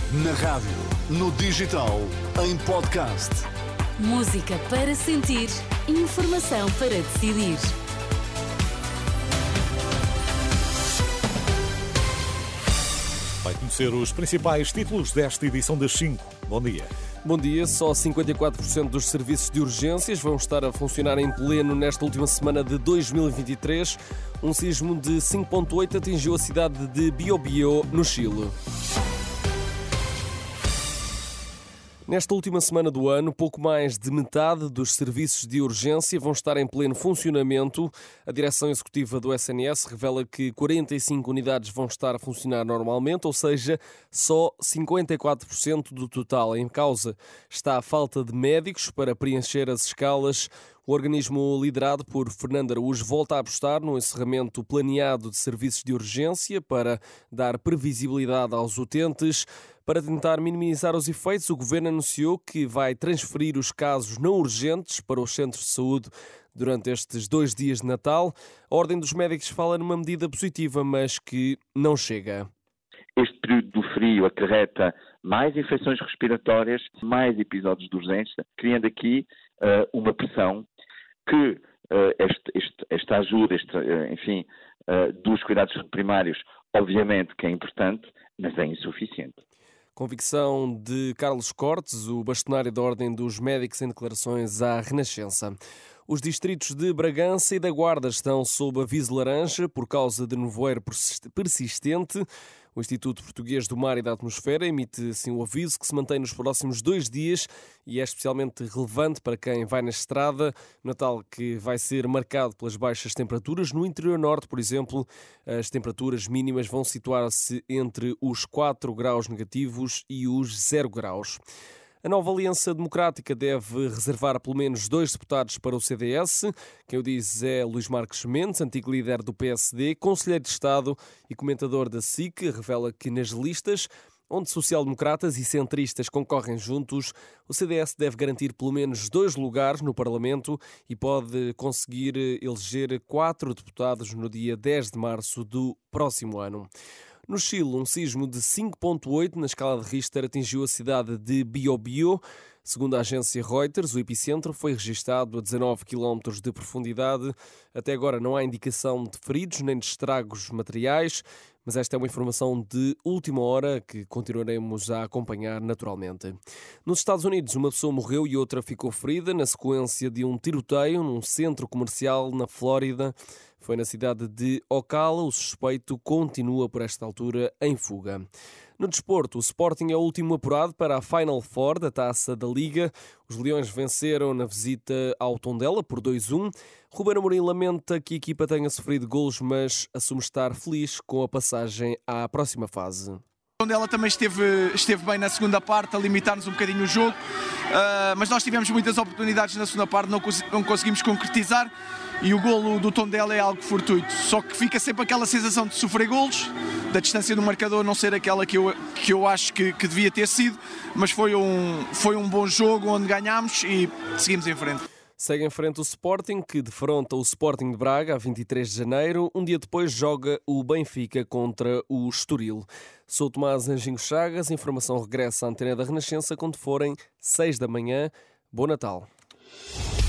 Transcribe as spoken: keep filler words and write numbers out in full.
Na rádio, no digital, em podcast. Música para sentir, informação para decidir. Vai conhecer os principais títulos desta edição das cinco. Bom dia. Bom dia. Só cinquenta e quatro por cento dos serviços de urgências vão estar a funcionar em pleno nesta última semana de dois mil e vinte e três. Um sismo de cinco ponto oito atingiu a cidade de Biobío, no Chile. Nesta última semana do ano, pouco mais de metade dos serviços de urgência vão estar em pleno funcionamento. A direção executiva do S N S revela que quarenta e cinco unidades vão estar a funcionar normalmente, ou seja, só cinquenta e quatro por cento do total. Em causa está a falta de médicos para preencher as escalas. O organismo liderado por Fernando Araújo volta a apostar no encerramento planeado de serviços de urgência para dar previsibilidade aos utentes. Para tentar minimizar os efeitos, o Governo anunciou que vai transferir os casos não urgentes para os centros de saúde durante estes dois dias de Natal. A Ordem dos Médicos fala numa medida positiva, mas que não chega. Este período do frio acarreta mais infecções respiratórias, mais episódios de urgência, criando aqui uh, uma pressão que uh, este, este, esta ajuda, este, uh, enfim, uh, dos cuidados primários, obviamente que é importante, mas é insuficiente. Convicção de Carlos Cortes, o bastonário da Ordem dos Médicos, em declarações à Renascença. Os distritos de Bragança e da Guarda estão sob aviso laranja por causa de nevoeiro persistente. O Instituto Português do Mar e da Atmosfera emite assim o aviso que se mantém nos próximos dois dias e é especialmente relevante para quem vai na estrada. Natal que vai ser marcado pelas baixas temperaturas. No interior norte, por exemplo, as temperaturas mínimas vão situar-se entre os quatro graus negativos e os zero graus. A nova Aliança Democrática deve reservar pelo menos dois deputados para o C D S. Quem o diz é Luís Marques Mendes, antigo líder do P S D, conselheiro de Estado e comentador da S I C, revela que nas listas onde social-democratas e centristas concorrem juntos, o C D S deve garantir pelo menos dois lugares no Parlamento e pode conseguir eleger quatro deputados no dia dez de março do próximo ano. No Chile, um sismo de cinco ponto oito na escala de Richter atingiu a cidade de Biobío. Segundo a agência Reuters, o epicentro foi registado a dezanove quilómetros de profundidade. Até agora não há indicação de feridos nem de estragos materiais, mas esta é uma informação de última hora que continuaremos a acompanhar naturalmente. Nos Estados Unidos, uma pessoa morreu e outra ficou ferida na sequência de um tiroteio num centro comercial na Flórida. Foi na cidade de Ocala. O suspeito continua por esta altura em fuga. No desporto, o Sporting é o último apurado para a Final Four da Taça da Liga. Os Leões venceram na visita ao Tondela por dois a um. Ruben Amorim lamenta que a equipa tenha sofrido golos, mas assume estar feliz com a passagem à próxima fase. Ela também esteve, esteve bem na segunda parte, a limitar-nos um bocadinho o jogo, uh, mas nós tivemos muitas oportunidades na segunda parte, não, cons- não conseguimos concretizar e o golo do Tondela é algo fortuito, só que fica sempre aquela sensação de sofrer golos, da distância do marcador não ser aquela que eu, que eu acho que, que devia ter sido, mas foi um, foi um bom jogo onde ganhámos e seguimos em frente. Segue em frente o Sporting, que defronta o Sporting de Braga a vinte e três de janeiro. Um dia depois joga o Benfica contra o Estoril. Sou Tomás Anjinho Chagas. A informação regressa à antena da Renascença quando forem seis da manhã. Bom Natal.